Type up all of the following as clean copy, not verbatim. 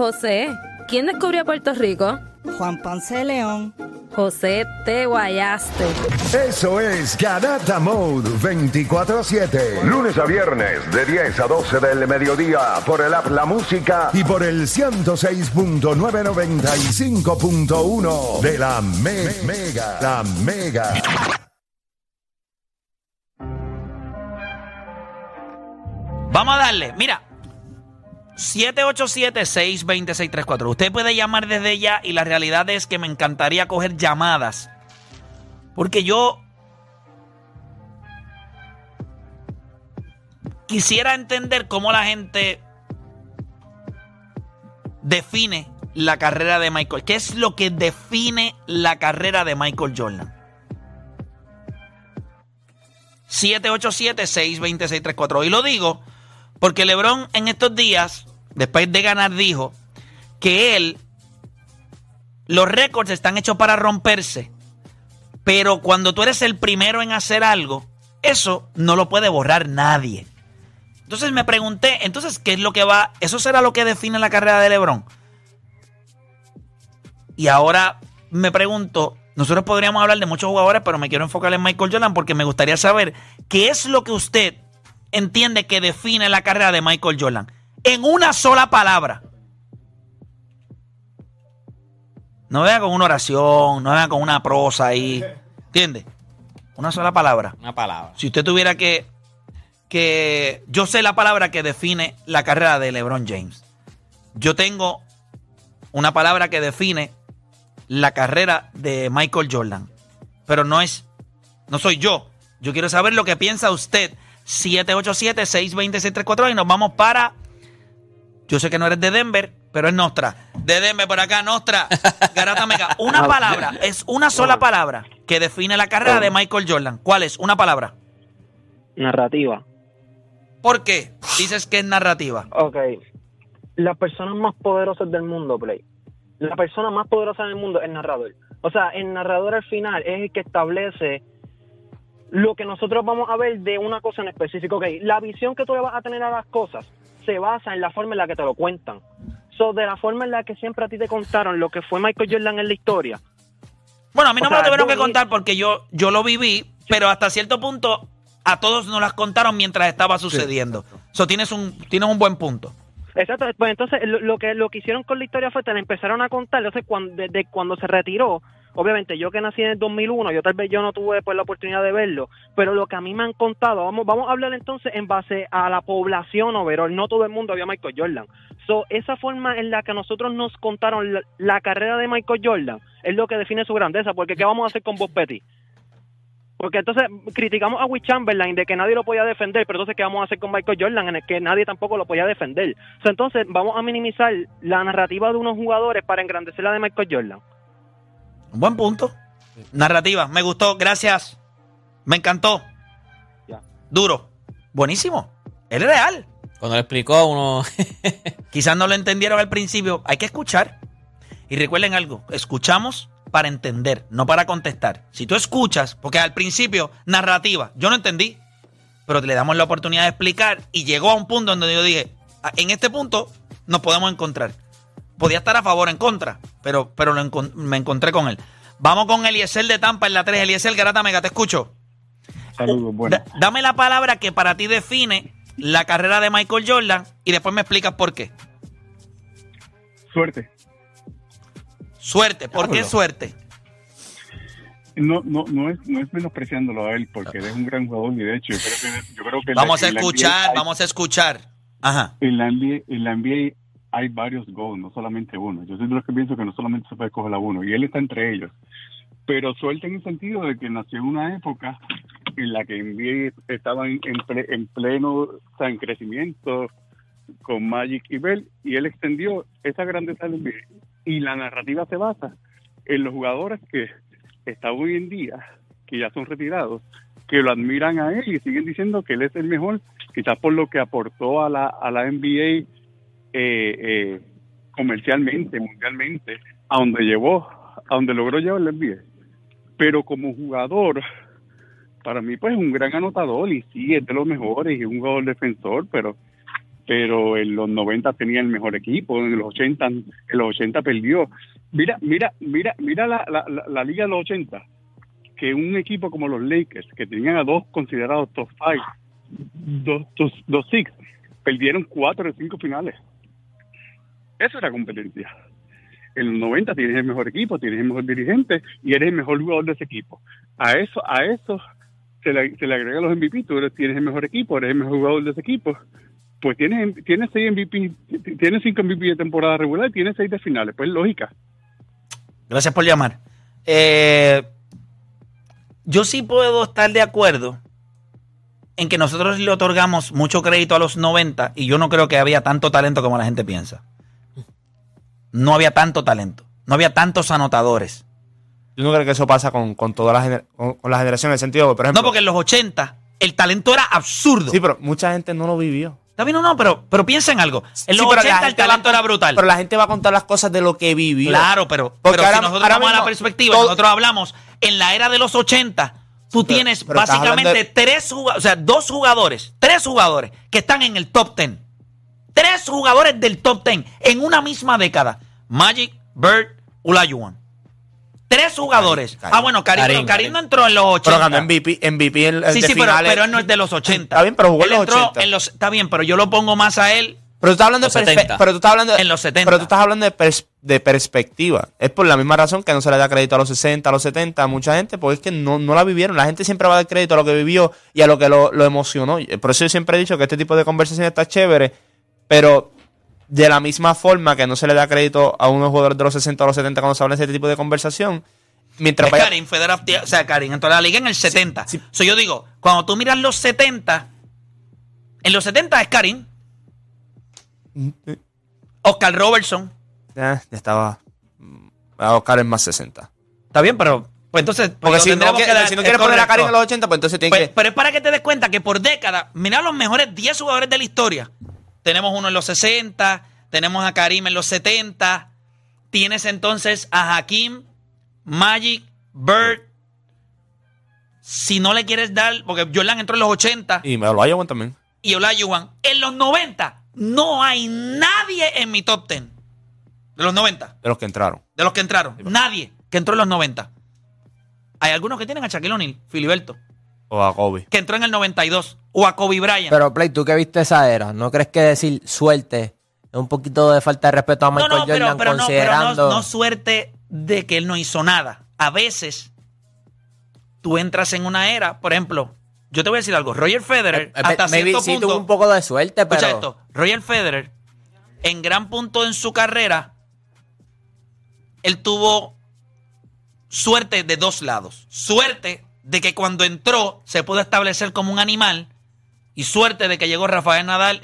José, ¿quién descubrió a Puerto Rico? Juan Ponce de León. José, te guayaste. Eso es Garata Mode 24/7. Lunes a viernes de 10 a 12 del mediodía por el app La Música y por el 106.995.1 de la Mega. La Mega. Vamos a darle, mira, 787-620-634. Usted puede llamar desde ya y la realidad es que me encantaría coger llamadas. Porque yo quisiera entender cómo la gente define la carrera de Michael. ¿Qué es lo que define la carrera de Michael Jordan? 787-620-634. Y lo digo porque LeBron en estos días, después de ganar, dijo que los récords están hechos para romperse, pero cuando tú eres el primero en hacer algo, eso no lo puede borrar nadie. Entonces me pregunté, ¿qué es lo que va? ¿Eso será lo que define la carrera de LeBron? Y ahora me pregunto, nosotros podríamos hablar de muchos jugadores, pero me quiero enfocar en Michael Jordan porque me gustaría saber qué es lo que usted entiende que define la carrera de Michael Jordan. En una sola palabra. No vea con una oración, no vea con una prosa ahí. ¿Entiende? Una sola palabra. Una palabra. Si usted tuviera que yo sé la palabra que define la carrera de LeBron James. Yo tengo una palabra que define la carrera de Michael Jordan. Pero no soy yo. Yo quiero saber lo que piensa usted. 787-620-634 y nos vamos para... Yo sé que no eres de Denver, pero es Nostra. De Denver por acá, Nostra. Garata Mega. Una palabra, es una sola palabra que define la carrera de Michael Jordan. ¿Cuál es? Una palabra. Narrativa. ¿Por qué dices que es narrativa? Ok. Las personas más poderosas del mundo, Play. La persona más poderosa del mundo es el narrador. O sea, el narrador al final es el que establece lo que nosotros vamos a ver de una cosa en específico. Ok, la visión que tú le vas a tener a las cosas se basa en la forma en la que te lo cuentan. De la forma en la que siempre a ti te contaron lo que fue Michael Jordan en la historia. Bueno, a mí no me lo tuvieron que contar porque yo lo viví, pero hasta cierto punto a todos nos las contaron mientras estaba sucediendo. Sí, tienes un buen punto. Exacto, pues entonces lo que hicieron con la historia fue que le empezaron a contar. Entonces desde cuando se retiró, obviamente yo que nací en el 2001, tal vez yo no tuve pues la oportunidad de verlo, pero lo que a mí me han contado, vamos a hablar entonces en base a la población overall. No todo el mundo vio a Michael Jordan. Esa forma en la que nosotros nos contaron la carrera de Michael Jordan es lo que define su grandeza, porque ¿qué vamos a hacer con Bob Petty? Porque entonces criticamos a Will Chamberlain de que nadie lo podía defender, pero entonces ¿qué vamos a hacer con Michael Jordan en el que nadie tampoco lo podía defender? Entonces vamos a minimizar la narrativa de unos jugadores para engrandecer la de Michael Jordan. Un buen punto. Narrativa, me gustó, gracias. Me encantó. Ya. Duro. Buenísimo. Él es real. Cuando le explicó uno... Quizás no lo entendieron al principio. Hay que escuchar. Y recuerden algo, escuchamos para entender, no para contestar. Si tú escuchas, porque al principio, narrativa, yo no entendí, pero le damos la oportunidad de explicar y llegó a un punto donde yo dije, en este punto nos podemos encontrar. Podía estar a favor o en contra, pero me encontré con él. Vamos con Eliezer de Tampa en la 3. Eliezer, Garata Mega, te escucho. Saludos, bueno. Dame la palabra que para ti define la carrera de Michael Jordan y después me explicas por qué. Suerte. Suerte, ¿por qué suerte? No es menospreciándolo a él, porque él es un gran jugador y de hecho yo creo que vamos a escuchar. Ajá. En la NBA hay varios GOAT, no solamente uno. Yo soy de los que pienso que no solamente se puede coger a uno, y él está entre ellos. Pero suerte en el sentido de que nació en una época en la que NBA estaba en pleno, o sea, en crecimiento con Magic y Bell, y él extendió esa grandeza del NBA. Y la narrativa se basa en los jugadores que están hoy en día, que ya son retirados, que lo admiran a él y siguen diciendo que él es el mejor, quizás por lo que aportó a la NBA comercialmente, mundialmente, a donde logró llevar la NBA. Pero como jugador, para mí pues es un gran anotador y sí, es de los mejores y es un jugador defensor, pero pero en los 90 tenía el mejor equipo, en los 80 perdió. Mira la liga de los 80, que un equipo como los Lakers, que tenían a dos considerados top 5, dos six, perdieron 4 de 5 finales. Eso era competencia. En los 90 tienes el mejor equipo, tienes el mejor dirigente y eres el mejor jugador de ese equipo. A eso se le agrega los MVP. Tú tienes el mejor equipo, eres el mejor jugador de ese equipo. Pues tienes 6 MVP, tienes 5 MVP de temporada regular y tienes 6 de finales. Pues lógica. Gracias por llamar. Yo sí puedo estar de acuerdo en que nosotros le otorgamos mucho crédito a los 90 y yo no creo que había tanto talento como la gente piensa. No había tanto talento. No había tantos anotadores. Yo no creo que eso pasa con toda con la generación en el sentido, por ejemplo... No, porque en los 80 el talento era absurdo. Sí, pero mucha gente no lo vivió. Está bien, no, pero piensa en algo. En los pero 80 el talento era brutal. Pero la gente va a contar las cosas de lo que vivió. Claro, pero ahora, si nosotros vamos a la perspectiva, nosotros hablamos, en la era de los 80, tú tienes básicamente 3 jugadores que están en el top 10. 3 jugadores del top 10 en una misma década. Magic, Bird, Olajuwon. 3 jugadores. Karim no entró en los 80. Pero ganó MVP sí, pero él no es de los 80. Está bien, pero jugó en los 80. Está bien, pero yo lo pongo más a él. Pero tú estás hablando en los 70. Pero tú estás hablando de perspectiva. Es por la misma razón que no se le da crédito a los 60, a los 70, a mucha gente, porque es que no la vivieron. La gente siempre va a dar crédito a lo que vivió y a lo que lo emocionó. Por eso yo siempre he dicho que este tipo de conversación está chévere, pero de la misma forma que no se le da crédito a unos jugadores de los 60 o los 70 cuando se habla de este tipo de conversación. Karim fue Karim entró a la liga en el 70. Sí. So, yo digo, cuando tú miras los 70, en los 70 es Karim. Oscar Robertson. Ya estaba. Oscar es más 60. Está bien, pero pues entonces. Porque si no quieres poner a Karim en los 80, pues entonces tiene que. Pero es para que te des cuenta que por décadas, mira los mejores 10 jugadores de la historia. Tenemos uno en los 60, tenemos a Karim en los 70, tienes entonces a Hakeem, Magic, Bird. Si no le quieres dar, porque Jordan entró en los 80. Y Olajuwon también. Y Olajuwon. En los 90 no hay nadie en mi top 10. De los 90. De los que entraron. Nadie que entró en los 90. Hay algunos que tienen a Shaquille O'Neal, Filiberto. O a Kobe. Que entró en el 92. O a Kobe Bryant. Pero, Play, tú que viste esa era, ¿no crees que decir suerte es un poquito de falta de respeto a Michael Jordan considerando... No suerte de que él no hizo nada. A veces tú entras en una era, por ejemplo, yo te voy a decir algo, Roger Federer hasta cierto sí punto... tuvo un poco de suerte, pero... Escucha esto, Roger Federer, en gran punto en su carrera, él tuvo suerte de 2 lados. Suerte de que cuando entró se pudo establecer como un animal y suerte de que llegó Rafael Nadal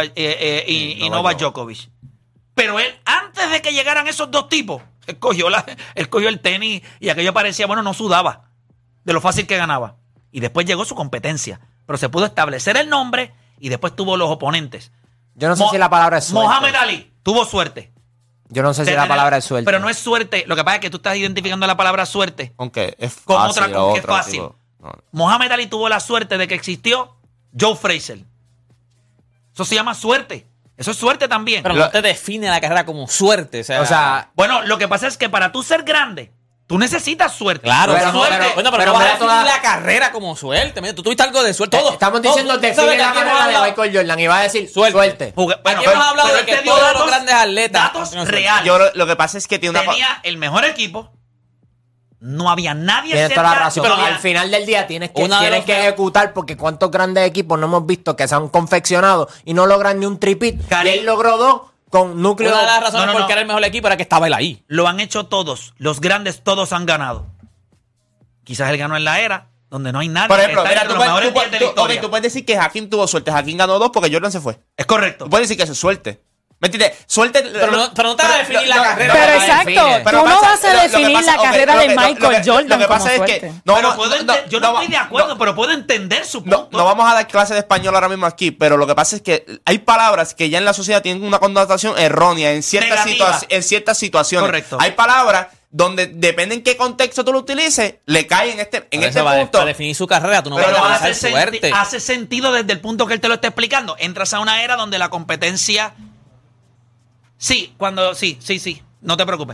y Novak Djokovic. Pero él, antes de que llegaran esos 2 tipos, él cogió el tenis y aquello parecía, no sudaba de lo fácil que ganaba. Y después llegó su competencia. Pero se pudo establecer el nombre y después tuvo los oponentes. Yo no sé si la palabra es suerte. Mohamed Ali tuvo suerte. Yo no sé si la palabra es suerte. Pero no es suerte. Lo que pasa es que tú estás identificando la palabra suerte. Aunque es fácil. Con otra cosa que es fácil. Tipo, no. Mohamed Ali tuvo la suerte de que existió Joe Frazier. Eso se llama suerte. Eso es suerte también. Pero no te define la carrera como suerte. O sea, bueno, lo que pasa es que para tú ser grande, tú necesitas suerte. Claro, pero pero no vas a definir la carrera como suerte. Mira, tú tuviste algo de suerte. Estamos diciendo define la carrera de Michael Jordan y va a decir suerte. Aquí hemos hablado de que todos los grandes atletas... Datos reales. Lo que pasa es que tenía el mejor equipo. No había nadie Tienes cerca. toda la razón. Pero Al final del día tienes que ejecutar, porque cuántos grandes equipos no hemos visto que se han confeccionado y no logran ni un tripit. Y él logró 2 con núcleo. Una de las razones por qué era el mejor equipo era que estaba él ahí. Lo han hecho todos. Los grandes todos han ganado. Quizás él ganó en la era donde no hay nadie. Por ejemplo, que está entre los mejores 10 de la historia. tú puedes decir que Hakeem tuvo suerte. Hakeem ganó 2 porque Jordan se fue. Es correcto. Tú puedes decir que eso es suerte. ¿Me entiendes? Suerte. Pero no te vas a definir la carrera. Pero exacto, tú no vas a definir la carrera de Michael Jordan. Lo que pasa como es suerte. que. Yo no estoy de acuerdo, pero puedo entender su punto. No vamos a dar clase de español ahora mismo aquí, pero lo que pasa es que hay palabras que ya en la sociedad tienen una connotación errónea en ciertas situaciones. Correcto. Hay palabras donde depende en qué contexto tú lo utilices, le cae en este punto. Para definir su carrera, tú no vas a utilizar suerte. Hace sentido desde el punto que él te lo está explicando. Entras a una era donde la competencia... Sí, no te preocupes.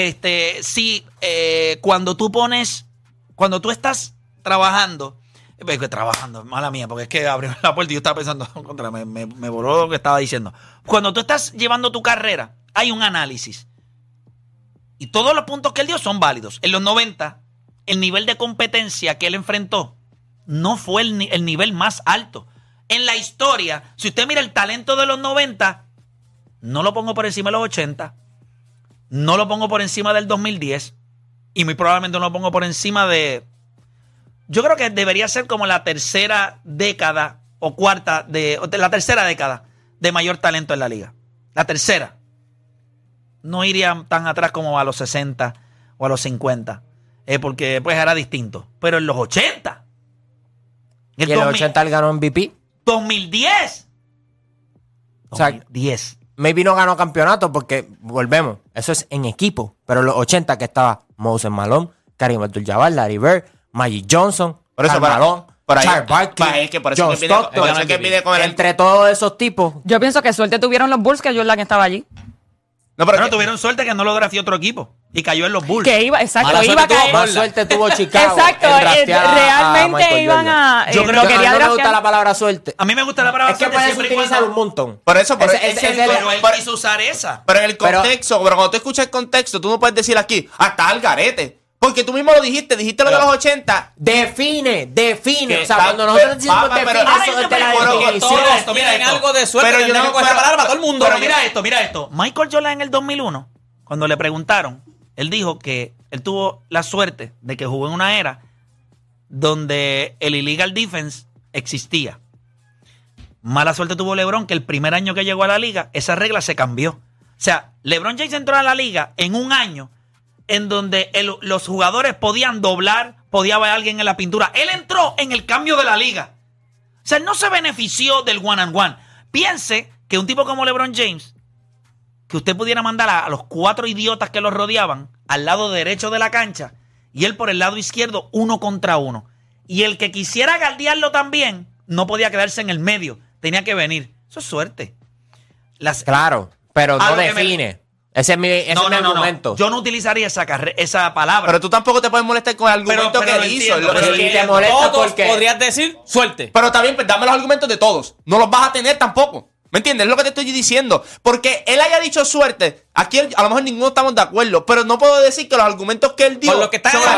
Cuando tú estás trabajando, mala mía, porque es que abrió la puerta y yo estaba pensando, contra, me voló lo que estaba diciendo. Cuando tú estás llevando tu carrera, hay un análisis. Y todos los puntos que él dio son válidos. En los 90, el nivel de competencia que él enfrentó no fue el nivel más alto. En la historia, si usted mira el talento de los 90, no lo pongo por encima de los 80, no lo pongo por encima del 2010 y muy probablemente no lo pongo por encima de... Yo creo que debería ser como la tercera década o la tercera década de mayor talento en la liga. La tercera. No iría tan atrás como a los 60 o a los 50, porque pues era distinto. Pero en los 80. ¿Y en los 80 él ganó MVP? 2010. O sea, 2010. Maybe no ganó campeonato porque, volvemos, eso es en equipo. Pero en los 80 que estaba Moses Malone, Kareem Abdul-Jabbar, Larry Bird, Magic Johnson, Karl Malone, Charles Barkley, John Stockton, entre todos esos tipos. Yo pienso que suerte tuvieron los Bulls que Jordan estaba allí. No, pero tuvieron suerte que no lo draftó otro equipo y cayó en los Bulls. Que iba, exacto, iba a caer. Más suerte tuvo Chicago. Exacto, realmente iban a... Yo creo que a mí no me gusta la palabra suerte. A mí me gusta la palabra suerte. Es que puedes utilizar un montón. Por eso, pero él quiso usar esa. Pero en el contexto, pero cuando tú escuchas el contexto, tú no puedes decir aquí, hasta al garete. Porque tú mismo lo dijiste lo de los 80. Define. O sea, cuando nosotros decimos define, eso es de la definición. Tienen algo de suerte. Pero yo no coger la palabra para todo el mundo. Pero mira esto. Michael Jordan en el 2001, cuando le preguntaron, él dijo que él tuvo la suerte de que jugó en una era donde el illegal defense existía. Mala suerte tuvo LeBron, que el primer año que llegó a la liga, esa regla se cambió. O sea, LeBron James entró a la liga en un año en donde los jugadores podían doblar, podía haber alguien en la pintura. Él entró en el cambio de la liga. O sea, él no se benefició del one and one. Piense que un tipo como LeBron James, que usted pudiera mandar a los 4 idiotas que los rodeaban al lado derecho de la cancha y él por el lado izquierdo 1 contra 1. Y el que quisiera galdearlo también no podía quedarse en el medio. Tenía que venir. Eso es suerte. Claro, pero no define. Ese es mi argumento. Yo no utilizaría esa palabra. Pero tú tampoco te puedes molestar con el argumento que él hizo. Pero si te molesta porque podrías decir suerte. Pero también, pues, dame los argumentos de todos. No los vas a tener tampoco. ¿Me entiendes? Es lo que te estoy diciendo. Porque él haya dicho suerte, aquí a lo mejor ninguno estamos de acuerdo, pero no puedo decir que los argumentos que él dio por lo que está son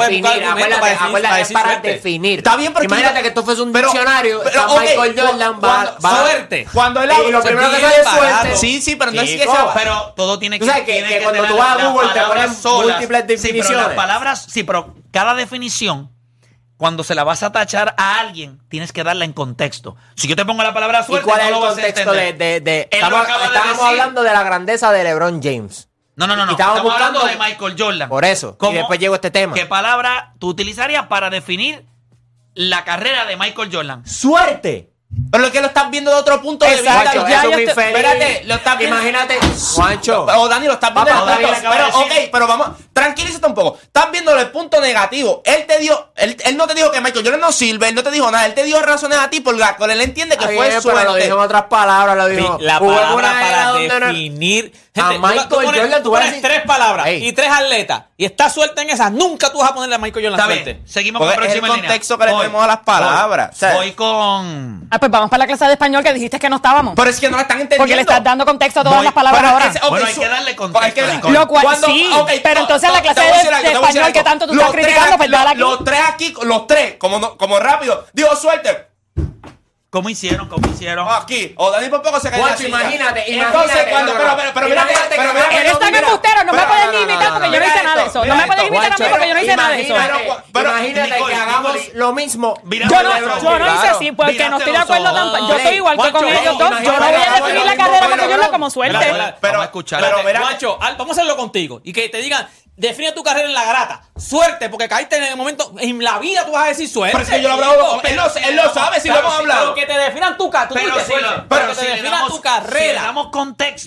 para definir. Está bien, pero imagínate que tú fuese un diccionario, Michael Jordan va suerte. Cuando él y lo primero que sale es suerte. Sí, pero no es que pero todo tiene que... Tú sabes que cuando tú vas a Google te ponen múltiples definiciones. Sí, pero las palabras... Sí, pero cada definición... Cuando se la vas a tachar a alguien, tienes que darla en contexto. Si yo te pongo la palabra suerte, ¿y cuál es no el lo vas a contexto entender. Estábamos hablando de la grandeza de LeBron James. No. Estamos hablando de Michael Jordan. Por eso. Y después llegó este tema. ¿Qué palabra tú utilizarías para definir la carrera de Michael Jordan? ¡Suerte! Pero lo que lo estás viendo de otro punto de vista. Espérate, lo estás viendo. Imagínate, Juancho. O Dani, lo estás viendo. Pero vamos, tranquilízate un poco. Estás viendo el punto negativo. Él no te dijo que Michael Jordan no sirve, él no te dijo nada. Él te dio razones a ti por la cual él entiende que fue suerte. Pero lo dijo en otras palabras, lo dijo. La palabra para definir. Gente, Michael Jordan, tú pones 3 palabras y 3 atletas y estás suelta en esas. Nunca tú vas a ponerle a Michael Jordan suerte. Seguimos con la próxima línea. Es el contexto que le ponemos a las palabras. Voy con... Pues vamos para la clase de español que dijiste que no estábamos. Pero es que no la están entendiendo. Porque le estás dando contexto a todas las palabras ahora. Bueno, hay que darle contexto. Lo cual sí, pero entonces la clase de español que tanto tú estás criticando, pues dale aquí. Los tres, como rápido. Digo, suerte. ¿Cómo hicieron? Aquí. O Dani por poco se cayó. Imagínate. Entonces, cuando... Pero mira. Eres tan embustero, no me puedes ni imitar porque yo no hice nada de eso. No me puedes imitar a mí porque yo no hice nada de eso. Pero imagínate que hagamos lo mismo. Yo no hice así, porque no estoy de acuerdo tampoco. Yo estoy igual que con ellos dos. Yo no voy a definir la carrera de Michael Jordan como suerte. Pero escuchar. Guacho, vamos a hacerlo contigo y que te digan... Define tu carrera en la grata. Suerte, porque caíste en el momento. En la vida tú vas a decir suerte. Pero es que yo lo he hablado. Él lo sabe si lo hemos hablado. Pero que te definan tu carrera. Pero que te definan tu carrera. Si le damos contexto.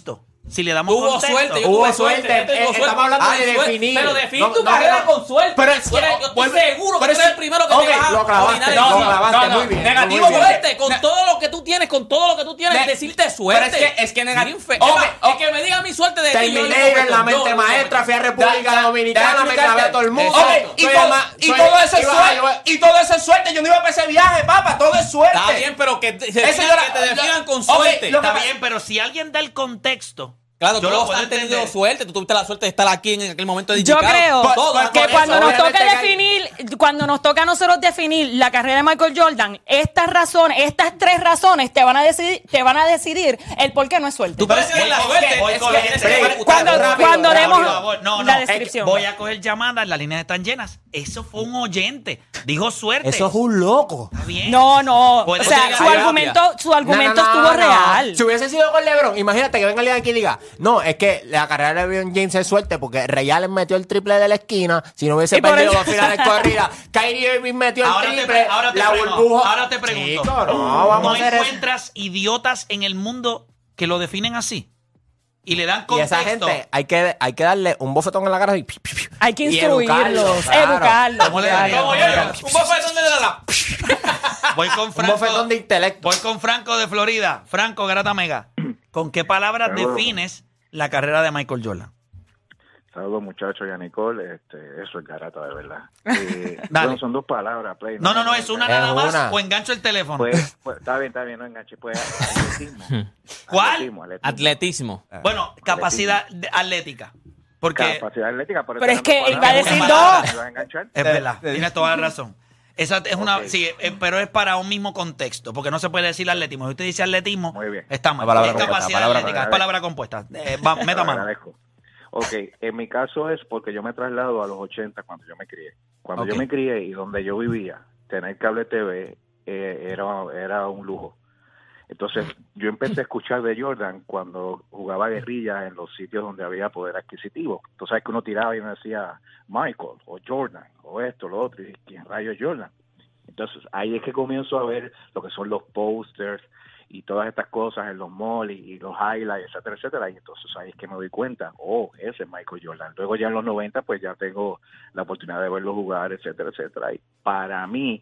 Si le damos Hubo contexto. suerte, yo Hubo tuve suerte, suerte. yo tuve estamos hablando de suerte. definir. Pero define No, tu no, carrera no. con suerte. Pero es que- Yo estoy vuelve- seguro que pero tú eres el primero que ok, te vas lo a clavaste, orinar lo encima. clavaste, muy bien. Negativo muy bien. suerte, con todo lo que tú tienes, decirte suerte. Pero es que negativo. Ok, Es que me diga mi suerte de ti, yo digo, Terminé en la yo mente digo, maestra, fui a República Dominicana, me clavé a todo el mundo. Ok, y todo eso es suerte. Y todo eso es suerte. Yo no iba para ese viaje, papá. Todo es suerte. Está bien, pero que te definan con Ok, suerte. lo que Está pasa- bien, pero si alguien da el contexto. Claro, yo lo todos puedo han tenido entender. suerte. Tú tuviste la suerte de estar aquí en aquel momento de Yo DJ creo Khaled. Todos han que tenido cuando eso. nos toca obviamente definir, cuando nos toca a nosotros definir la carrera de Michael Jordan, estas 3 razones te van a decidir el por qué no es suerte. Tú puedes decir la suerte. voy es con que la tienes gente. que ejecutar. Cuando demos No, la no, descripción. voy a coger llamadas, las líneas están llenas. Eso fue un oyente. Dijo suerte. Eso es un loco. Está bien. No, o Puede sea, ser su terapia. argumento No, estuvo real. Si hubiese sido con LeBron, imagínate que venga alguien aquí y diga, no, es que la carrera de LeBron James es suerte porque Ray Allen metió el triple de la esquina, si no hubiese Y por perdido eso- 2 finales corridas, Kyrie Irving metió el Ahora te triple, la burbuja. ahora te pregunto. Chico, no, vamos ¿No a hacer eso. encuentras idiotas en el mundo que lo definen así? Y le dan Y contexto. esa gente, hay que darle un bofetón en la cara y Hay que y instruirlos, claro. educarlos. ¿Cómo le claro. daría? Como yo, un bofetón de la... Voy con Un Franco. bofetón de intelecto. Voy con Franco de Florida. Franco Garata Mega. ¿Con qué palabras defines la carrera de Michael Jordan? Saludos muchachos y a Nicole, eso es garata de verdad. Dale. Bueno, son 2 palabras, Play. No, es una nada más una. o engancho el teléfono. Pues, está bien, no enganche. Pues atletismo. ¿Cuál? Atletismo. Bueno, capacidad atlética. Porque Capacidad atlética. Por eso Pero es eran que dos él va a palabras. decir ¿Me dos. vas a enganchar? es verdad, tienes toda la razón. Esa es una, Ok. sí, pero es para un mismo contexto, porque no se puede decir atletismo. Si usted dice atletismo, Muy bien. está mal. La palabra Es compuesta, capacidad palabra atlética, es compuesta. palabra compuesta. Meta Te lo mano. agradezco. Ok, en mi caso es porque yo me traslado a los 80 cuando yo me crié. Cuando Ok. yo me crié y donde yo vivía, tener cable TV era un lujo. Entonces, yo empecé a escuchar de Jordan cuando jugaba guerrilla en los sitios donde había poder adquisitivo. Entonces, sabes que uno tiraba y uno decía Michael o Jordan o esto, lo otro, y ¿quién rayos es Jordan? Entonces, ahí es que comienzo a ver lo que son los posters y todas estas cosas en los malls y los highlights, etcétera, etcétera. Y entonces ahí es que me doy cuenta, ese es Michael Jordan. Luego ya en los 90, pues ya tengo la oportunidad de verlo jugar, etcétera, etcétera. Y para mí,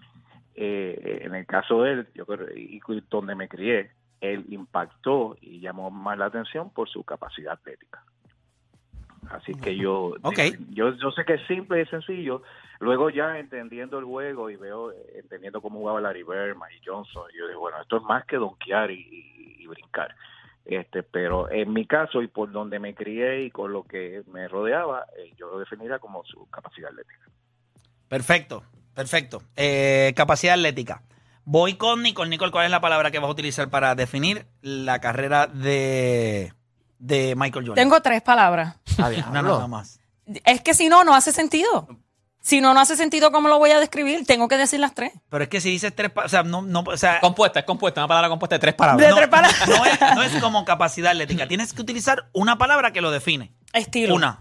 en el caso de él, yo creo, y donde me crié, él impactó y llamó más la atención por su capacidad atlética. Así que yo sé que es simple y sencillo. Luego ya entendiendo el juego y entendiendo cómo jugaba Larry Bird, Magic Johnson, yo digo, bueno, esto es más que donkear y brincar. Pero en mi caso y por donde me crié y con lo que me rodeaba, yo lo definiría como su capacidad atlética. Perfecto. Capacidad atlética. Voy con Nicole. Nicole, ¿cuál es la palabra que vas a utilizar para definir la carrera de Michael Jordan? Tengo 3 palabras. Una nada más. Es que si no hace sentido. Si no hace sentido, ¿cómo lo voy a describir? Tengo que decir las 3. Pero es que si dices 3 palabras, o sea, Compuesta, una palabra compuesta de 3 palabras. De 3 palabras. no es como capacidad atlética. Tienes que utilizar una palabra que lo define. Estilo. Una.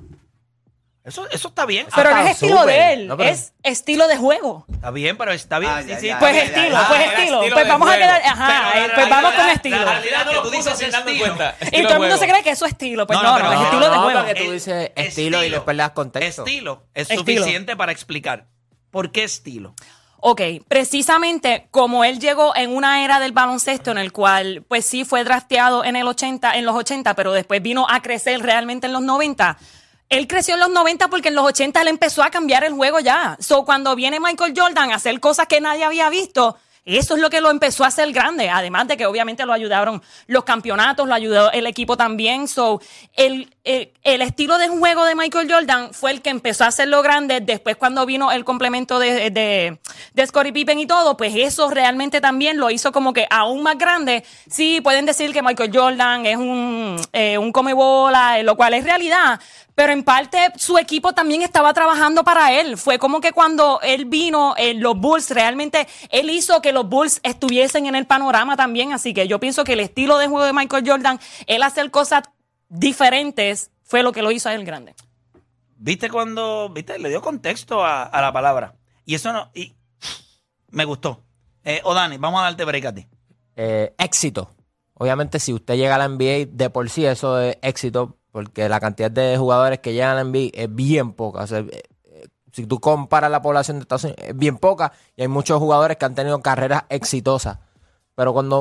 Eso está bien. Pero no es estilo súper. de él, No, pero- es estilo de juego. Está bien, pero está bien. Sí, Pues está bien. estilo, ya, pues era estilo. estilo Pues de vamos a juego. quedar, pues vamos con estilo. La realidad es que tú dices estilo. Y todo el mundo se cree que eso es estilo. Pues no, pero es estilo de juego. porque tú dices estilo y después le das contexto. Estilo es Estilo. suficiente para explicar. ¿Por qué estilo? Ok, precisamente como él llegó en una era del baloncesto en el cual, pues sí, fue drafteado en los 80, pero después vino a crecer realmente en los 90. Él creció en los 90 porque en los 80 él empezó a cambiar el juego ya. So, cuando viene Michael Jordan a hacer cosas que nadie había visto, eso es lo que lo empezó a hacer grande. Además de que obviamente lo ayudaron los campeonatos, lo ayudó el equipo también. So, el estilo de juego de Michael Jordan fue el que empezó a hacerlo grande. Después cuando vino el complemento de Scottie Pippen y todo, pues eso realmente también lo hizo como que aún más grande. Sí, pueden decir que Michael Jordan es un comebola, lo cual es realidad. Pero en parte su equipo también estaba trabajando para él. Fue como que cuando él vino, los Bulls, realmente él hizo que los Bulls estuviesen en el panorama también. Así que yo pienso que el estilo de juego de Michael Jordan, él hacer cosas diferentes, fue lo que lo hizo a él grande. ¿Viste cuando, le dio contexto a la palabra? Y eso no, y me gustó. Dani, vamos a darte break a ti. Éxito. obviamente si usted llega a la NBA, de por sí eso es éxito, porque la cantidad de jugadores que llegan a la NBA es bien poca. O sea, si tú comparas la población de Estados Unidos, es bien poca, y hay muchos jugadores que han tenido carreras exitosas. Pero cuando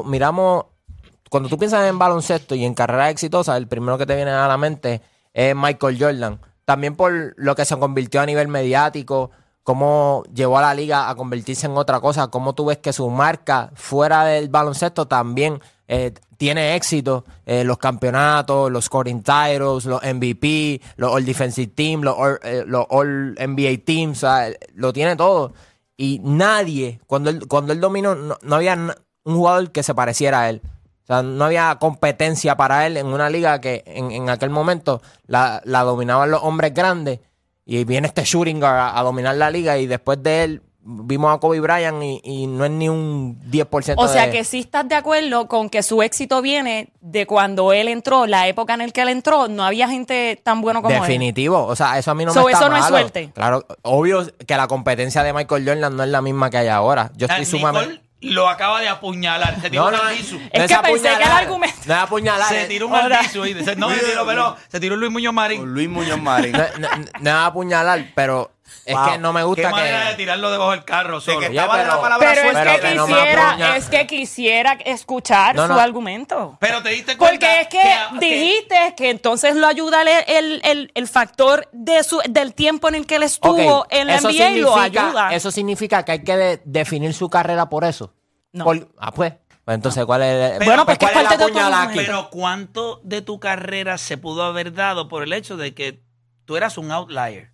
tú piensas en baloncesto y en carreras exitosas, el primero que te viene a la mente es Michael Jordan. También por lo que se convirtió a nivel mediático, cómo llevó a la liga a convertirse en otra cosa, cómo tú ves que su marca fuera del baloncesto también tiene éxito, los campeonatos, los scoring titles, los MVP, los All Defensive Team, los All NBA Teams, o sea, lo tiene todo. Y nadie, cuando él dominó, no había un jugador que se pareciera a él. O sea, no había competencia para él en una liga que en aquel momento la dominaban los hombres grandes, y viene este shooting guard a dominar la liga, y después de él vimos a Kobe Bryant y no es ni un 10%. O sea que sí estás de acuerdo con que su éxito viene de cuando él entró, la época en la que él entró, no había gente tan bueno como Definitivo. él. O sea, eso a mí no me está eso malo. No es suerte. Claro, obvio que la competencia de Michael Jordan no es la misma que hay ahora. Yo estoy sumamente... Lo acaba de apuñalar. Se tiró un andisu. Es que pensé que el argumento... No es apuñalar. Se tiró un andisu. Se tiró Luis Muñoz Marín. Luis Muñoz Marín. No es apuñalar, pero es que no me gusta Qué manera de tirarlo debajo del carro solo. De que estaba de la palabra pero suelta. es que quisiera escuchar su argumento. Pero te diste cuenta. Porque es que dijiste que entonces lo ayuda el factor del tiempo en el que él estuvo en la NBA y lo ayuda. ¿Eso significa que hay que definir su carrera por eso? No. Pues entonces, ¿cuál es? Bueno, pues, ¿cuál ¿qué es la parte de tu puñalada argumento? aquí? Pero ¿cuánto de tu carrera se pudo haber dado por el hecho de que tú eras un outlier?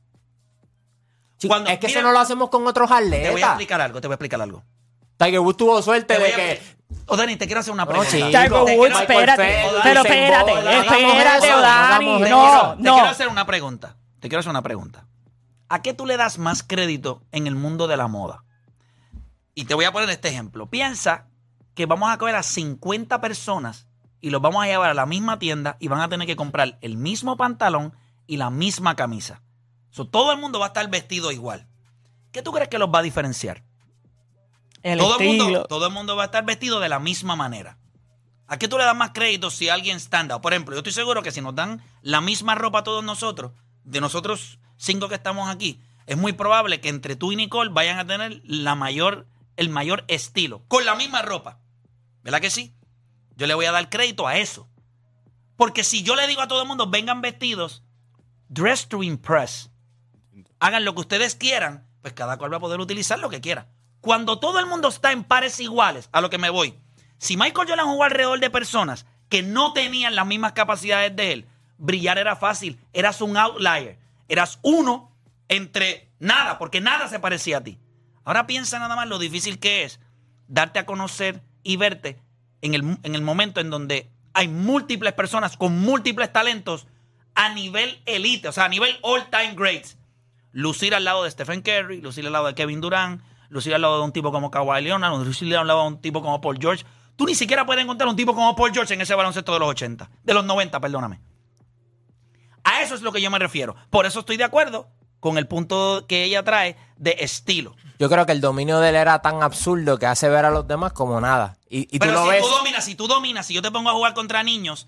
Es que eso no lo hacemos con otros atletas. Te voy a explicar algo. Tiger Woods tuvo suerte de que... Dani, te quiero hacer una pregunta. Tiger Woods, espérate. Pero espérate, Dani. No. Te quiero hacer una pregunta. ¿A qué tú le das más crédito en el mundo de la moda? Y te voy a poner este ejemplo. Piensa que vamos a coger a 50 personas y los vamos a llevar a la misma tienda y van a tener que comprar el mismo pantalón y la misma camisa. Todo el mundo va a estar vestido igual. ¿Qué tú crees que los va a diferenciar? Todo el mundo va a estar vestido de la misma manera. ¿A qué tú le das más crédito si alguien stand out? Por ejemplo, yo estoy seguro que si nos dan la misma ropa a todos nosotros, de nosotros 5 que estamos aquí, es muy probable que entre tú y Nicole vayan a tener el mayor estilo, con la misma ropa. ¿Verdad que sí? Yo le voy a dar crédito a eso. Porque si yo le digo a todo el mundo, vengan vestidos, dress to impress, hagan lo que ustedes quieran, pues cada cual va a poder utilizar lo que quiera. Cuando todo el mundo está en pares iguales, a lo que me voy, si Michael Jordan jugó alrededor de personas que no tenían las mismas capacidades de él, brillar era fácil, eras un outlier, eras uno entre nada, porque nada se parecía a ti. Ahora piensa nada más lo difícil que es darte a conocer y verte en el momento en donde hay múltiples personas con múltiples talentos a nivel elite, o sea, a nivel all-time greats. Lucir al lado de Stephen Curry, lucir al lado de Kevin Durant, lucir al lado de un tipo como Kawhi Leonard, lucir al lado de un tipo como Paul George. Tú ni siquiera puedes encontrar un tipo como Paul George en ese baloncesto de los 90, perdóname. A eso es lo que yo me refiero. Por eso estoy de acuerdo con el punto que ella trae de estilo. Yo creo que el dominio de él era tan absurdo que hace ver a los demás como nada. Pero tú lo ves. Tú dominas, si yo te pongo a jugar contra niños,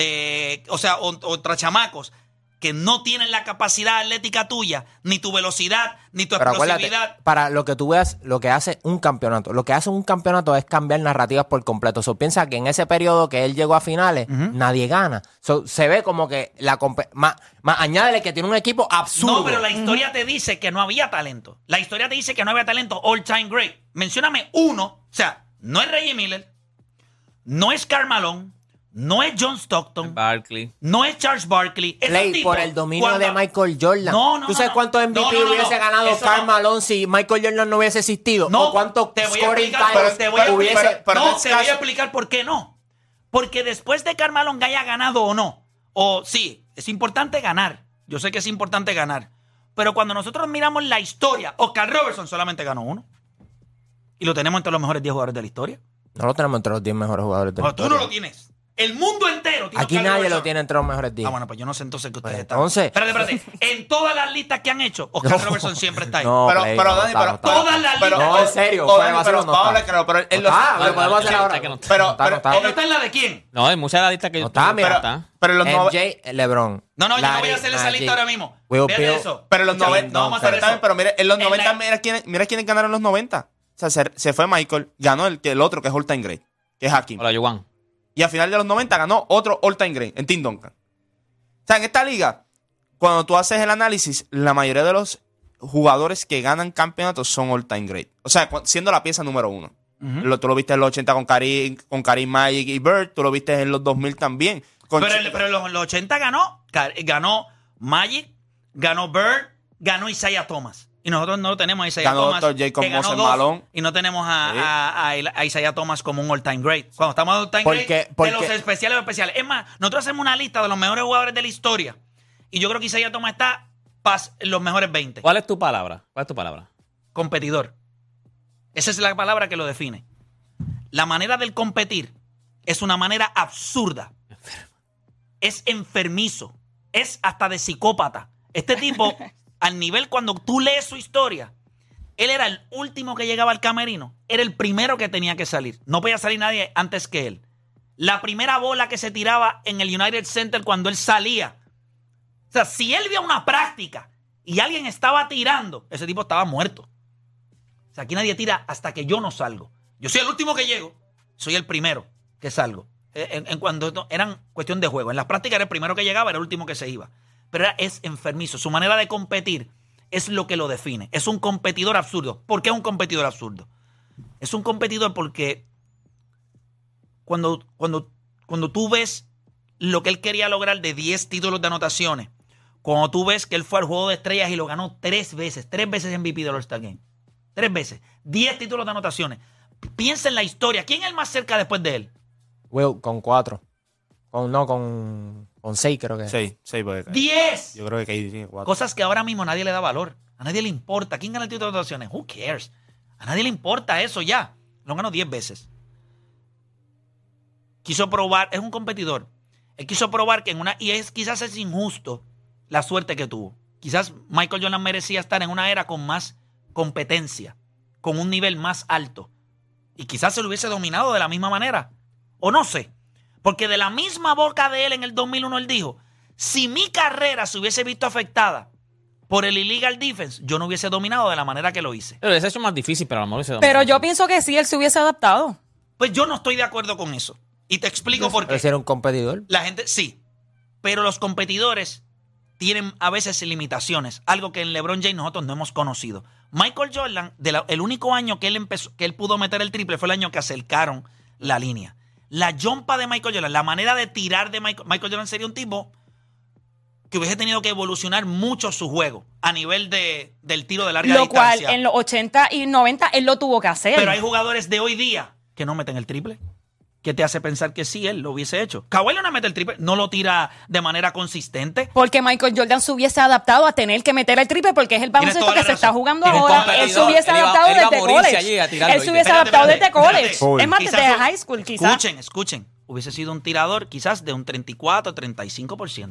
o contra chamacos, que no tienen la capacidad atlética tuya, ni tu velocidad, ni tu explosividad. Para lo que tú veas, lo que hace un campeonato. Lo que hace un campeonato es cambiar narrativas por completo. Piensa que en ese periodo que él llegó a finales, nadie gana. Se ve como que más añádele que tiene un equipo absurdo. No, pero la historia te dice que no había talento. La historia te dice que no había talento all time great. Mencióname uno. O sea, no es Reggie Miller, no es Karl Malone, no es John Stockton, Barkley, no es Charles Barkley. Play por el dominio de Michael Jordan. ¿Tú sabes cuántos MVP hubiese ganado Karl Malone si Michael Jordan no hubiese existido? No, ¿O cuántos scoring times te voy a explicar por qué no. Porque después de Karl Malone haya ganado o no, sí, es importante ganar. Yo sé que es importante ganar. Pero cuando nosotros miramos la historia, Oscar Robertson solamente ganó uno. Y lo tenemos entre los mejores 10 jugadores de la historia. No lo tenemos entre los 10 mejores jugadores de la historia. Tú no lo tienes. El mundo entero tiene Aquí Oscar nadie Robertson. lo tiene entre los mejores 10. Ah, bueno, pues yo no sé entonces que ustedes Pues están. entonces- Espérate. En todas las listas que han hecho, Oscar Robertson siempre está ahí. No, Pero, Play, pero, no, Dani, está, pero, no está. Todas las listas. No, en serio, o fuera de Dani, vacilo, pero no vamos a está. hablar claro, pero en los... Lo podemos hacer ahora. que no está. Pero, No está, no está. ¿No está en la de quién? No, hay muchas de las listas que está, mira. está. pero en los MJ, LeBron. No, yo no voy a Larry, hacer esa Magic, lista ahora mismo. Will Fíjate Bill. eso. Pero en los Escúchame, 90, no vamos a hacer está eso. bien, pero mira, en los En 90, la- mira quiénes ganaron los 90. O sea, se fue Michael, ganó el otro que es all-time great, que es Hakim. Hola, Yuan. Y al final de los 90 ganó otro all-time great en Tim Duncan. O sea, en esta liga, cuando tú haces el análisis, la mayoría de los jugadores que ganan campeonatos son all-time great. O sea, siendo la pieza número uno. Tú lo viste en los 80 con Karim, Magic y Bird. Tú lo viste en los 2000 también. Pero en los 80 ganó Magic, ganó Bird, ganó Isaiah Thomas. Y nosotros no lo tenemos a Isaiah Ganó Thomas. Dr. Jacob que ganó Moses 2, Malone. y no tenemos a Isaiah Thomas como un all-time great. Cuando estamos en all-time great, de los especiales. Es más, nosotros hacemos una lista de los mejores jugadores de la historia. Y yo creo que Isaiah Thomas está en los mejores 20. ¿Cuál es tu palabra? Competidor. Esa es la palabra que lo define. La manera del competir es una manera absurda. Es enfermizo. Es hasta de psicópata. Este tipo, al nivel cuando tú lees su historia, él era el último que llegaba al camerino. Era el primero que tenía que salir. No podía salir nadie antes que él. La primera bola que se tiraba en el United Center cuando él salía. O sea, si él veía una práctica y alguien estaba tirando, ese tipo estaba muerto. O sea, aquí nadie tira hasta que yo no salgo. Yo soy el último que llego, soy el primero que salgo. En cuando eran cuestión de juego. En las prácticas era el primero que llegaba, era el último que se iba. Pero es enfermizo. Su manera de competir es lo que lo define. Es un competidor absurdo. ¿Por qué es un competidor absurdo? Es un competidor porque cuando tú ves lo que él quería lograr de 10 títulos de anotaciones, cuando tú ves que él fue al Juego de Estrellas y lo ganó 3 veces MVP del All-Star Game. 3 veces. 10 títulos de anotaciones. Piensa en la historia. ¿Quién es el más cerca después de él? Will, con 4. Con 6 creo que. 6, porque 10. Yo creo que KD tiene 4. Cosas que ahora mismo nadie le da valor. A nadie le importa. ¿Quién gana el título de anotaciones? Who cares? A nadie le importa eso ya. Lo ganó 10 veces. Quiso probar. Es un competidor. Él quiso probar que quizás es injusto la suerte que tuvo. Quizás Michael Jordan merecía estar en una era con más competencia, con un nivel más alto. Y quizás se lo hubiese dominado de la misma manera. O no sé. Porque de la misma boca de él en el 2001 él dijo, si mi carrera se hubiese visto afectada por el illegal defense, yo no hubiese dominado de la manera que lo hice. Pero ese hecho más difícil, pero a lo mejor se Pero yo pienso que sí, él se hubiese adaptado. Pues yo no estoy de acuerdo con eso. Y te explico por qué. ¿Pero si era un competidor? La gente, sí. Pero los competidores tienen a veces limitaciones. Algo que en LeBron James nosotros no hemos conocido. Michael Jordan, el único año que él pudo meter el triple fue el año que acercaron la línea. La jumpa de Michael Jordan, la manera de tirar de Michael Jordan sería un tipo que hubiese tenido que evolucionar mucho su juego a nivel del tiro de larga distancia. Lo cual en los 80 y 90 él lo tuvo que hacer. Pero hay jugadores de hoy día que no meten el triple. ¿Qué te hace pensar que sí él lo hubiese hecho? Kawhi no mete el triple, no lo tira de manera consistente. Porque Michael Jordan se hubiese adaptado a tener que meter el triple porque es el baloncesto que se está jugando ahora. Él se hubiese adaptado desde college. Él se hubiese adaptado desde college. Es más, desde high school quizás. Escuchen. Hubiese sido un tirador quizás de un 34, 35%.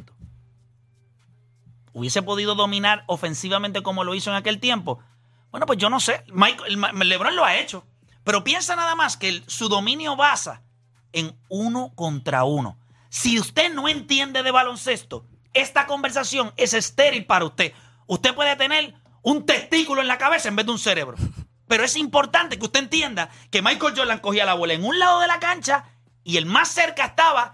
¿Hubiese podido dominar ofensivamente como lo hizo en aquel tiempo? Bueno, pues yo no sé. LeBron lo ha hecho. Pero piensa nada más que su dominio basa en 1 contra 1. Si usted no entiende de baloncesto, esta conversación es estéril para usted. Usted puede tener un testículo en la cabeza en vez de un cerebro. Pero es importante que usted entienda que Michael Jordan cogía la bola en un lado de la cancha y el más cerca estaba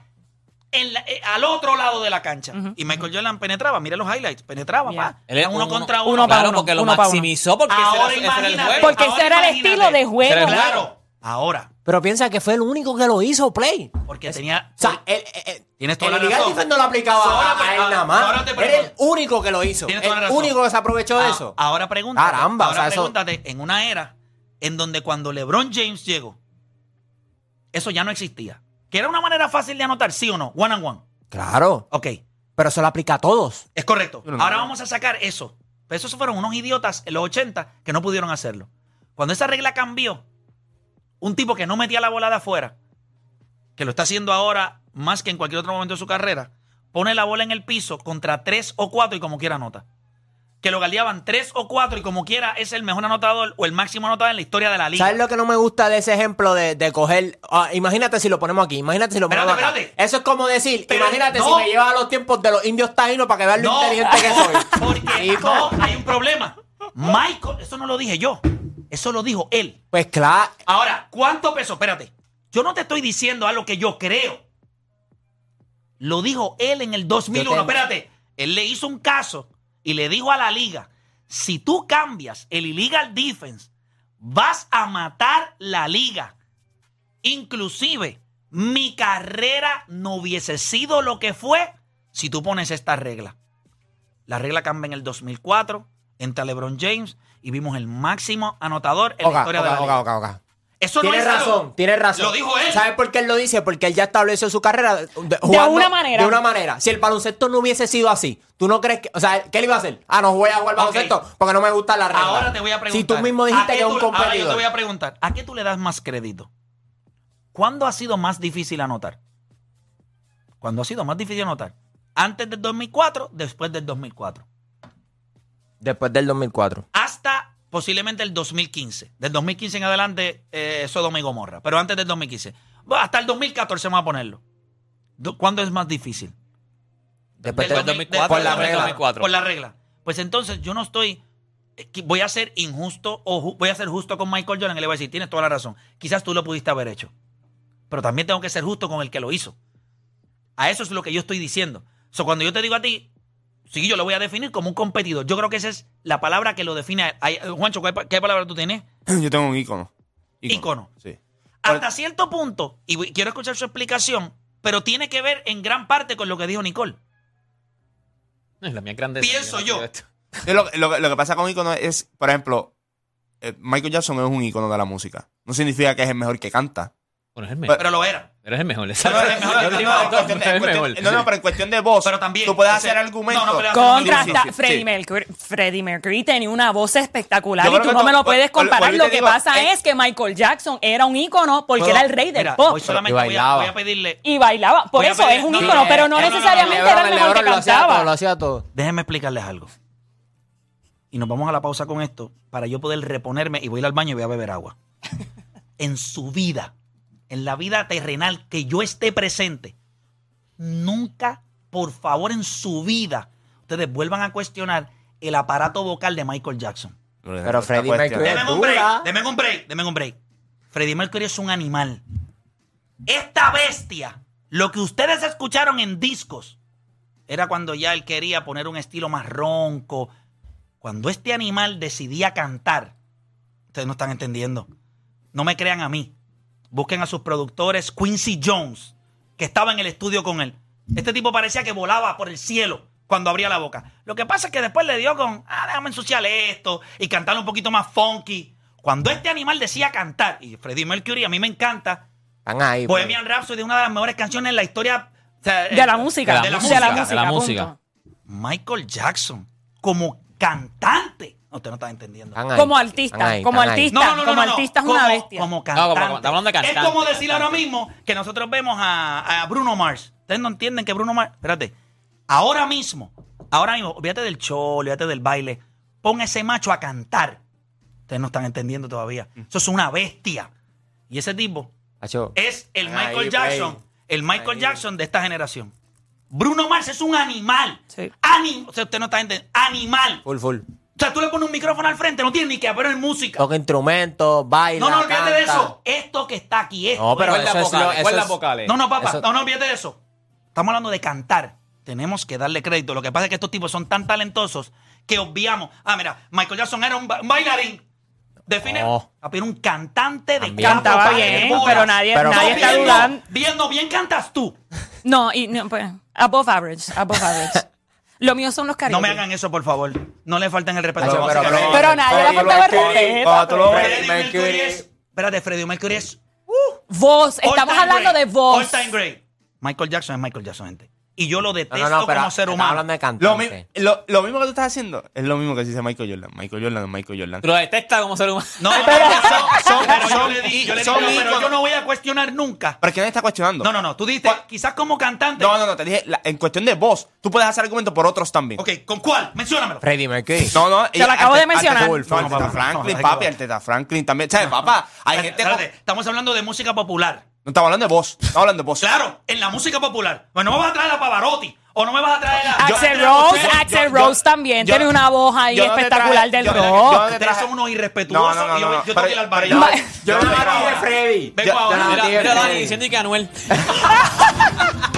al otro lado de la cancha. Y Michael Jordan penetraba. Mira los highlights. Penetraba, pa. Era 1 contra 1. Claro, porque lo maximizó. Porque ese era el juego. Porque ese era el estilo de juego. Claro. Ahora. Pero piensa que fue el único que lo hizo, Play. Porque tenía... O sea, tienes toda el la illegal razón. defense no lo aplicaba a él nada más. Ahora te Era pregunto. el único que lo hizo. Tienes toda la El razón. único que se aprovechó de eso. Ahora pregúntate. Caramba, ahora o sea, pregúntate, en una era en donde cuando LeBron James llegó, eso ya no existía. ¿Que era una manera fácil de anotar, sí o no? One and one. Claro. Ok. Pero eso lo aplica a todos. Es correcto. Ahora vamos a sacar eso. Pero esos fueron unos idiotas en los 80 que no pudieron hacerlo. Cuando esa regla cambió, un tipo que no metía la bola de afuera, que lo está haciendo ahora más que en cualquier otro momento de su carrera, pone la bola en el piso contra 3 o 4 y como quiera anota. Que lo galdeaban 3 o 4 y como quiera es el mejor anotador o el máximo anotador en la historia de la liga. ¿Sabes lo que no me gusta de ese ejemplo de coger? Imagínate si lo ponemos aquí, imagínate si lo ponemos acá. Espérate. Eso es como decir, Pero imagínate no. si me llevas a los tiempos de los indios taínos para que veas lo inteligente que soy. Porque no, hay un problema. Michael, eso no lo dije yo, eso lo dijo él. Pues claro. Ahora, ¿cuánto pesó? Espérate, yo no te estoy diciendo algo que yo creo. Lo dijo él en el 2001. Espérate, él le hizo un caso y le dijo a la liga, si tú cambias el illegal defense, vas a matar la liga. Inclusive, mi carrera no hubiese sido lo que fue si tú pones esta regla. La regla cambia en el 2004, entra LeBron James y vimos el máximo anotador en la historia de la liga. Eso no es algo. Tienes razón. Lo dijo él. ¿Sabes por qué él lo dice? Porque él ya estableció su carrera de una manera. De una manera. Si el baloncesto no hubiese sido así, ¿tú no crees que...? O sea, ¿qué le iba a hacer? No voy a jugar baloncesto porque no me gusta la regla. Ahora te voy a preguntar. Si tú mismo dijiste que es un competidor. Ahora yo te voy a preguntar, ¿a qué tú le das más crédito? ¿Cuándo ha sido más difícil anotar? ¿Cuándo ha sido más difícil anotar? ¿Antes del 2004? Después del 2004. Después del 2004. Hasta posiblemente el 2015. Del 2015 en adelante, Sodoma y Gomorra. Pero antes del 2015. Hasta el 2014 vamos a ponerlo. ¿Cuándo es más difícil? Después del 2004. Por la regla. 2004. Por la regla. Pues entonces yo no estoy... Voy a ser injusto o voy a ser justo con Michael Jordan y le voy a decir, tienes toda la razón. Quizás tú lo pudiste haber hecho. Pero también tengo que ser justo con el que lo hizo. A eso es lo que yo estoy diciendo. Cuando yo te digo a ti, sí, yo lo voy a definir como un competidor. Yo creo que esa es la palabra que lo define. Juancho, ¿qué palabra tú tienes? Yo tengo un ícono. Ícono. Sí. Hasta cierto punto, y quiero escuchar su explicación, pero tiene que ver en gran parte con lo que dijo Nicole. La mía grande. Pienso yo. Lo que pasa con ícono es, por ejemplo, Michael Jackson es un ícono de la música. No significa que es el mejor que canta. Bueno, es el mejor. Pero lo era. Pero es el mejor. Pero es el mejor. No, pero en cuestión de voz, pero también, tú puedes hacer argumentos. Contra Freddie Mercury tenía una voz espectacular y tú no me lo puedes comparar. Lo que pasa es que Michael Jackson era un ícono porque era el rey del pop. Solamente voy a pedirle. Y bailaba. Por eso es un ícono, pero no necesariamente era el mejor que cantaba. Lo hacía todo. Déjenme explicarles algo. Y nos vamos a la pausa con esto para yo poder reponerme y voy a ir al baño y voy a beber agua. En su vida, en la vida terrenal que yo esté presente, nunca, por favor, en su vida, ustedes vuelvan a cuestionar el aparato vocal de Michael Jackson. Pero Freddie Mercury es Deme un break. Freddie Mercury es un animal. Esta bestia, lo que ustedes escucharon en discos, era cuando ya él quería poner un estilo más ronco. Cuando este animal decidía cantar, ustedes no están entendiendo. No me crean a mí. Busquen a sus productores, Quincy Jones, que estaba en el estudio con él. Este tipo parecía que volaba por el cielo cuando abría la boca. Lo que pasa es que después le dio con, déjame ensuciarle esto y cantar un poquito más funky. Cuando este animal decía cantar, y Freddie Mercury a mí me encanta, Bohemian Rhapsody es una de las mejores canciones en la historia de la música. De la música. Michael Jackson, como cantante. No, usted no está entendiendo. Como artista. Como artista es una bestia. Como cantante. Estamos hablando de cantante. Es como decir ahora mismo que nosotros vemos a Bruno Mars. Ustedes no entienden que Bruno Mars... Espérate. Ahora mismo, olvídate del show, olvídate del baile. Pon ese macho a cantar. Ustedes no están entendiendo todavía. Eso es una bestia. Y ese tipo es el Michael Jackson. El Michael Jackson de esta generación. Bruno Mars es un animal. Sí. O sea, usted no está entendiendo. Animal. Full. O sea, tú le pones un micrófono al frente, no tiene ni que poner música. Toca instrumentos, baila, No, olvídate de canta. eso. Esto que está aquí, esto. No, pero eso las es vocales. No, papá. No, olvídate de eso. Estamos hablando de cantar. Tenemos que darle crédito. Lo que pasa es que estos tipos son tan talentosos que obviamos. Mira, Michael Jackson era un bailarín. Define. Pero un cantante de cantaba bien, pero nadie está dudando. Bien cantas tú. No, pues, above average. Lo mío son los karaoke. No me hagan eso, por favor. No le falten el respeto. Pero nadie le faltaba el respeto. Freddie Mercury es... Voz. Estamos hablando de voz. All time great. Michael Jackson es Michael Jackson, gente. y yo lo detesto como ser humano. Hablando de cantante. Lo mismo que tú estás haciendo es lo mismo que dice Michael Jordan. Michael Jordan. Lo detesta como ser humano. No, pero yo no voy a cuestionar nunca. ¿Pero quién está cuestionando? No. Tú dijiste, quizás como cantante. No. Te dije, en cuestión de voz, tú puedes hacer argumentos por otros también. Ok, ¿con cuál? Menciónamelo. Freddie Mercury. No. Te lo acabo de mencionar. Arteta Franklin, papi. Arteta Franklin también. ¿Sabes, papá? Hay gente... Estamos hablando de música popular. No estamos hablando de voz. Estamos hablando de voz. Claro, en la música popular. Bueno, no me vas a traer a Pavarotti. O no me vas a traer a... Axl Rose también tiene una voz ahí espectacular del rock. Ustedes son unos irrespetuosos. Yo toqué el albar. Yo no me dije Freddy. Vengo ahora. Mira, Dani diciendo que Anuel.